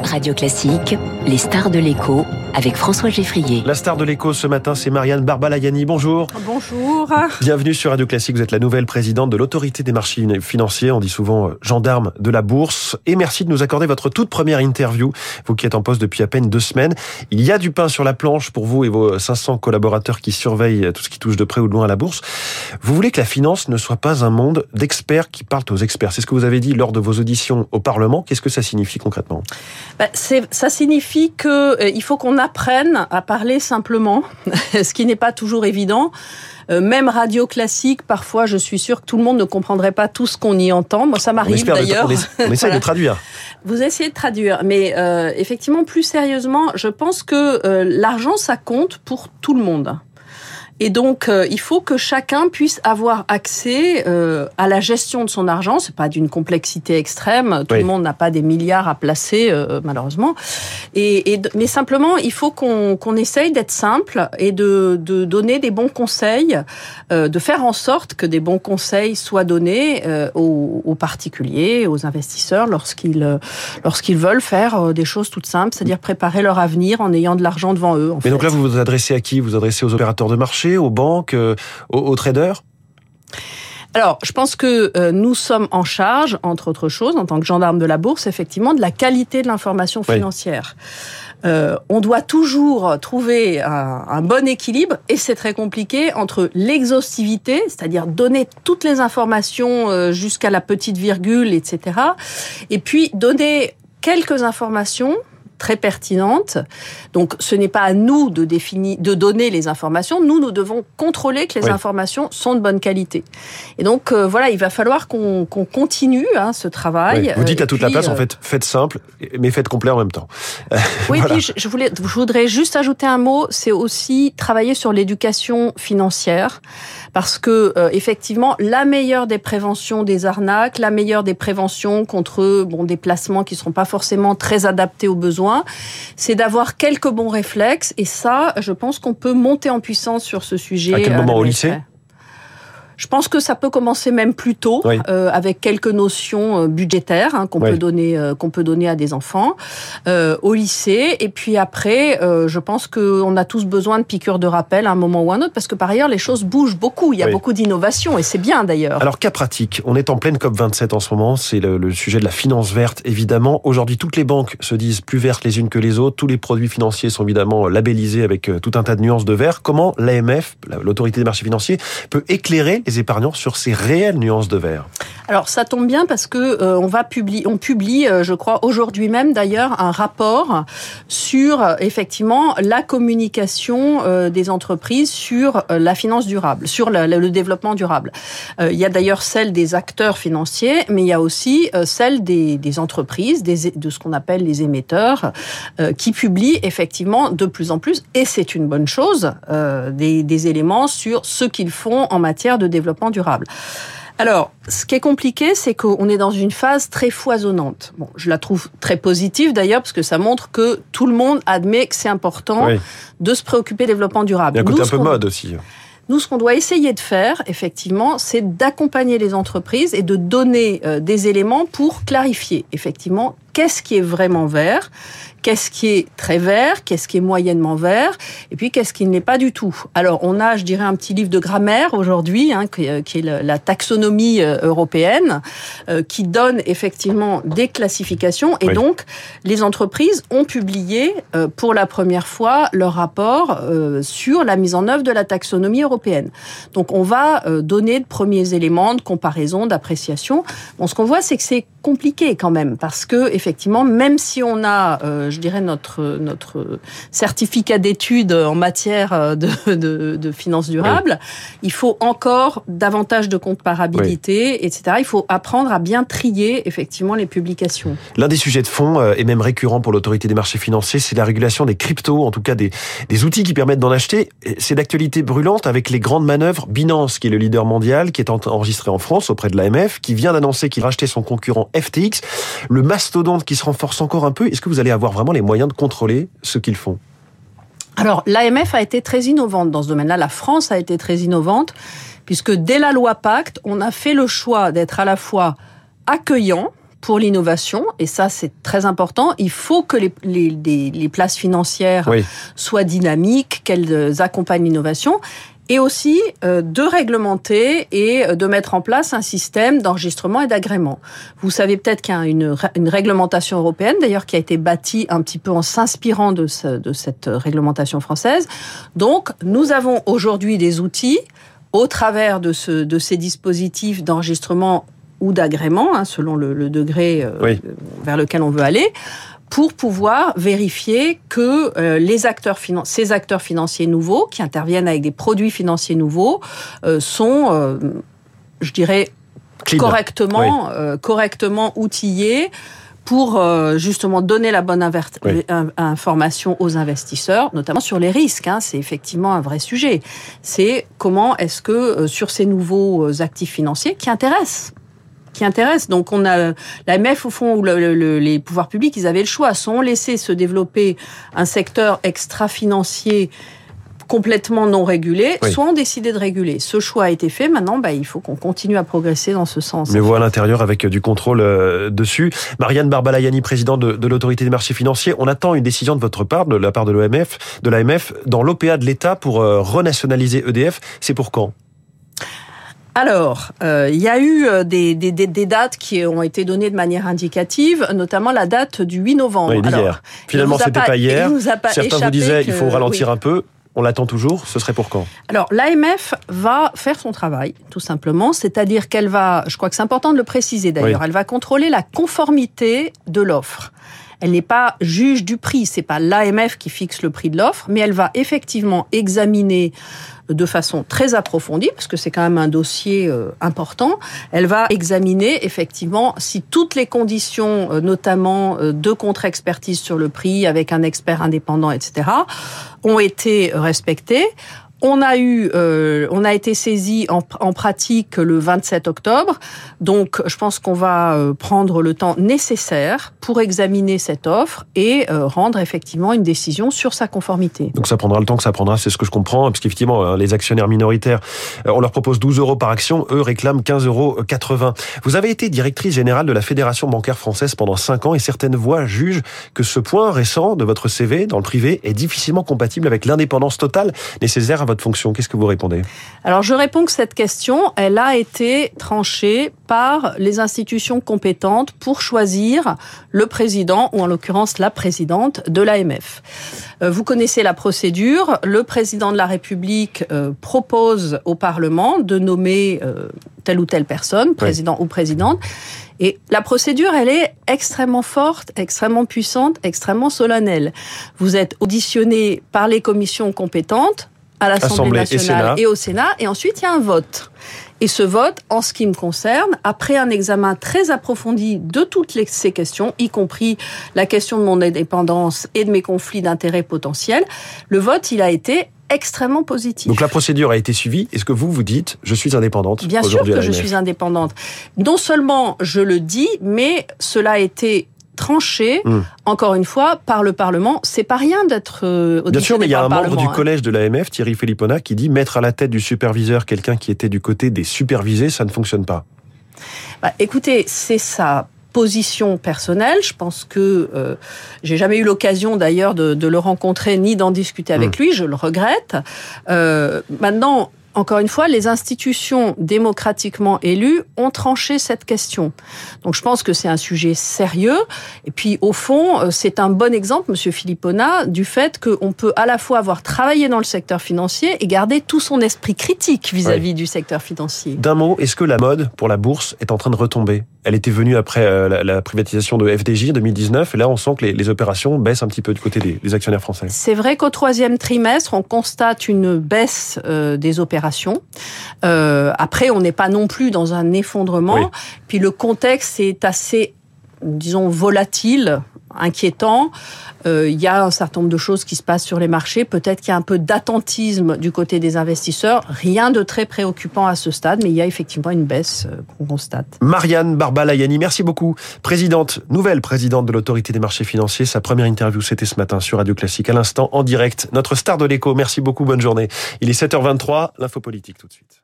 Radio Classique, les stars de l'écho, avec François Geffrier. La star de l'écho ce matin, c'est Marianne Barbalayani. Bonjour. Bonjour. Bienvenue sur Radio Classique. Vous êtes la nouvelle présidente de l'autorité des marchés financiers. On dit souvent gendarme de la bourse. Et merci de nous accorder votre toute première interview. Vous qui êtes en poste depuis à peine 2 semaines. Il y a du pain sur la planche pour vous et vos 500 collaborateurs qui surveillent tout ce qui touche de près ou de loin à la bourse. Vous voulez que la finance ne soit pas un monde d'experts qui parlent aux experts. C'est ce que vous avez dit lors de vos auditions au Parlement. Qu'est-ce que ça signifie concrètement ? Ça signifie qu'il faut qu'on apprenne à parler simplement, ce qui n'est pas toujours évident. Même Radio Classique, parfois, je suis sûre que tout le monde ne comprendrait pas tout ce qu'on y entend. Moi, ça m'arrive d'ailleurs. On essaie de traduire. Vous essayez de traduire. Mais effectivement, plus sérieusement, je pense que l'argent, ça compte pour tout le monde. Et donc, il faut que chacun puisse avoir accès à la gestion de son argent. C'est pas d'une complexité extrême. Tout le monde n'a pas des milliards à placer, malheureusement. Mais simplement, il faut qu'on essaye d'être simple et de donner des bons conseils, de faire en sorte que des bons conseils soient donnés aux particuliers, aux investisseurs, lorsqu'ils veulent faire des choses toutes simples, c'est-à-dire préparer leur avenir en ayant de l'argent devant eux. Mais donc là, vous vous adressez à qui ? Vous vous adressez aux opérateurs de marché, aux banques, aux traders ? Alors, je pense que nous sommes en charge, entre autres choses, en tant que gendarme de la bourse, effectivement, de la qualité de l'information financière. On doit toujours trouver un bon équilibre, et c'est très compliqué, entre l'exhaustivité, c'est-à-dire donner toutes les informations jusqu'à la petite virgule, etc., et puis donner quelques informations très pertinente. Donc, ce n'est pas à nous de donner les informations. Nous devons contrôler que les informations sont de bonne qualité. Et donc, voilà, il va falloir qu'on continue ce travail. Vous dites à toute la place, en fait, faites simple, mais faites complet en même temps. Oui, voilà. Puis je voudrais juste ajouter un mot, c'est aussi travailler sur l'éducation financière, parce que, effectivement, la meilleure des préventions des arnaques, la meilleure des préventions contre des placements qui ne seront pas forcément très adaptés aux besoins, c'est d'avoir quelques bons réflexes. Et ça, je pense qu'on peut monter en puissance sur ce sujet. À quel moment, au lycée ? Je pense que ça peut commencer même plus tôt, avec quelques notions budgétaires qu'on peut donner à des enfants au lycée. Et puis après, je pense qu'on a tous besoin de piqûres de rappel à un moment ou à un autre, parce que par ailleurs, les choses bougent beaucoup. Il y a beaucoup d'innovations, et c'est bien d'ailleurs. Alors, cas pratique, on est en pleine COP27 en ce moment. C'est le sujet de la finance verte, évidemment. Aujourd'hui, toutes les banques se disent plus vertes les unes que les autres. Tous les produits financiers sont évidemment labellisés avec tout un tas de nuances de vert. Comment l'AMF, l'autorité des marchés financiers, peut éclairer les épargnants sur ces réelles nuances de vert? Alors ça tombe bien parce que on publie, je crois aujourd'hui même d'ailleurs, un rapport sur effectivement la communication des entreprises sur la finance durable, sur le développement durable. Il y a d'ailleurs celle des acteurs financiers, mais il y a aussi celle des entreprises, de ce qu'on appelle les émetteurs, qui publient effectivement de plus en plus, et c'est une bonne chose, des éléments sur ce qu'ils font en matière de développement durable. Alors, ce qui est compliqué, c'est qu'on est dans une phase très foisonnante. Bon, je la trouve très positive d'ailleurs, parce que ça montre que tout le monde admet que c'est important de se préoccuper du développement durable. Il y a un côté un peu mode aussi. Nous, ce qu'on doit essayer de faire, effectivement, c'est d'accompagner les entreprises et de donner des éléments pour clarifier, effectivement, qu'est-ce qui est vraiment vert, qu'est-ce qui est très vert, qu'est-ce qui est moyennement vert, et puis qu'est-ce qui ne l'est pas du tout. Alors, on a, je dirais, un petit livre de grammaire aujourd'hui, qui est la taxonomie européenne, qui donne effectivement des classifications, et donc les entreprises ont publié pour la première fois leur rapport sur la mise en œuvre de la taxonomie européenne. Donc, on va donner de premiers éléments de comparaison, d'appréciation. Bon, ce qu'on voit, c'est que c'est compliqué quand même, parce que effectivement, même si on a, je dirais, notre certificat d'études en matière de finances durables, il faut encore davantage de comparabilité, etc. Il faut apprendre à bien trier effectivement les publications. L'un des sujets de fond, et même récurrent pour l'autorité des marchés financiers, c'est la régulation des cryptos, en tout cas des outils qui permettent d'en acheter. C'est d'actualité brûlante avec les grandes manœuvres. Binance, qui est le leader mondial, qui est enregistré en France auprès de l'AMF, qui vient d'annoncer qu'il rachetait son concurrent FTX, le mastodonte qui se renforce encore un peu. Est-ce que vous allez avoir vraiment les moyens de contrôler ce qu'ils font ? Alors, l'AMF a été très innovante dans ce domaine-là. La France a été très innovante, puisque dès la loi Pacte, on a fait le choix d'être à la fois accueillant, pour l'innovation, et ça c'est très important. Il faut que les places financières soient dynamiques, qu'elles accompagnent l'innovation. Et aussi de réglementer et de mettre en place un système d'enregistrement et d'agrément. Vous savez peut-être qu'il y a une réglementation européenne, d'ailleurs, qui a été bâtie un petit peu en s'inspirant de cette réglementation française. Donc, nous avons aujourd'hui des outils au travers de ces dispositifs d'enregistrement ou d'agrément, selon le degré vers lequel on veut aller, pour pouvoir vérifier que ces acteurs financiers nouveaux, qui interviennent avec des produits financiers nouveaux, sont, je dirais, correctement outillés pour justement donner la bonne information aux investisseurs, notamment sur les risques. C'est effectivement un vrai sujet. C'est comment est-ce que sur ces nouveaux actifs financiers qui intéressent. Donc on a l'AMF au fond où les pouvoirs publics, ils avaient le choix, soit on laissait se développer un secteur extra-financier complètement non régulé, soit on décidait de réguler. Ce choix a été fait. Maintenant, il faut qu'on continue à progresser dans ce sens. Mais vous à l'intérieur avec du contrôle dessus. Marianne Barbalayani, présidente de l'autorité des marchés financiers, on attend une décision de votre part, de la part de l'AMF, dans l'OPA de l'État pour renationaliser EDF. C'est pour quand ? Alors, il y a eu des dates qui ont été données de manière indicative, notamment la date du 8 novembre. Oui, d'hier. Alors, finalement, c'était pas hier. Certains vous disaient il faut ralentir un peu. On l'attend toujours. Ce serait pour quand ? Alors, l'AMF va faire son travail, tout simplement. C'est-à-dire qu'elle va, je crois que c'est important de le préciser d'ailleurs, elle va contrôler la conformité de l'offre. Elle n'est pas juge du prix, c'est pas l'AMF qui fixe le prix de l'offre, mais elle va effectivement examiner de façon très approfondie, parce que c'est quand même un dossier important. Elle va examiner effectivement si toutes les conditions, notamment de contre-expertise sur le prix, avec un expert indépendant, etc., ont été respectées. On a été saisi en pratique le 27 octobre. Donc, je pense qu'on va prendre le temps nécessaire pour examiner cette offre et rendre effectivement une décision sur sa conformité. Donc, ça prendra le temps que ça prendra, c'est ce que je comprends, parce qu'effectivement, les actionnaires minoritaires, on leur propose 12 € par action, eux réclament 15,80 €. Vous avez été directrice générale de la Fédération bancaire française pendant 5 ans et certaines voix jugent que ce point récent de votre CV dans le privé est difficilement compatible avec l'indépendance totale nécessaire à votre fonction. Qu'est-ce que vous répondez ? Alors, je réponds que cette question, elle a été tranchée par les institutions compétentes pour choisir le président, ou en l'occurrence la présidente de l'AMF. Vous connaissez la procédure. Le président de la République propose au Parlement de nommer telle ou telle personne, président ou présidente. Et la procédure, elle est extrêmement forte, extrêmement puissante, extrêmement solennelle. Vous êtes auditionné par les commissions compétentes, à l'Assemblée nationale et au Sénat, et ensuite il y a un vote. Et ce vote, en ce qui me concerne, après un examen très approfondi de toutes ces questions, y compris la question de mon indépendance et de mes conflits d'intérêts potentiels, le vote, il a été extrêmement positif. Donc la procédure a été suivie. Est-ce que vous dites « je suis indépendante » ? Bien sûr que je suis indépendante. Non seulement je le dis, mais cela a été tranché, encore une fois, par le Parlement. C'est pas rien d'être auditionné par le Parlement. Bien sûr, mais il y a un membre du collège de l'AMF, Thierry Filippona, qui dit mettre à la tête du superviseur quelqu'un qui était du côté des supervisés, ça ne fonctionne pas. Écoutez, c'est ça. Position personnelle, je pense que j'ai jamais eu l'occasion d'ailleurs de le rencontrer ni d'en discuter avec lui, je le regrette. Maintenant, encore une fois, les institutions démocratiquement élues ont tranché cette question. Donc je pense que c'est un sujet sérieux. Et puis au fond, c'est un bon exemple, Monsieur Filippona, du fait qu'on peut à la fois avoir travaillé dans le secteur financier et garder tout son esprit critique vis-à-vis du secteur financier. D'un mot, est-ce que la mode pour la bourse est en train de retomber ? Elle était venue après la privatisation de FDJ en 2019, et là on sent que les opérations baissent un petit peu du côté des actionnaires français. C'est vrai qu'au 3e trimestre, on constate une baisse des opérations. Après, on n'est pas non plus dans un effondrement. Puis le contexte est assez, disons, volatile, inquiétant. Il y a un certain nombre de choses qui se passent sur les marchés. Peut-être qu'il y a un peu d'attentisme du côté des investisseurs. Rien de très préoccupant à ce stade, mais il y a effectivement une baisse qu'on constate. Marianne Barbalayani, merci beaucoup. Nouvelle présidente de l'autorité des marchés financiers. Sa première interview, c'était ce matin sur Radio Classique. À l'instant, en direct, notre star de l'écho. Merci beaucoup, bonne journée. Il est 7h23, l'info politique tout de suite.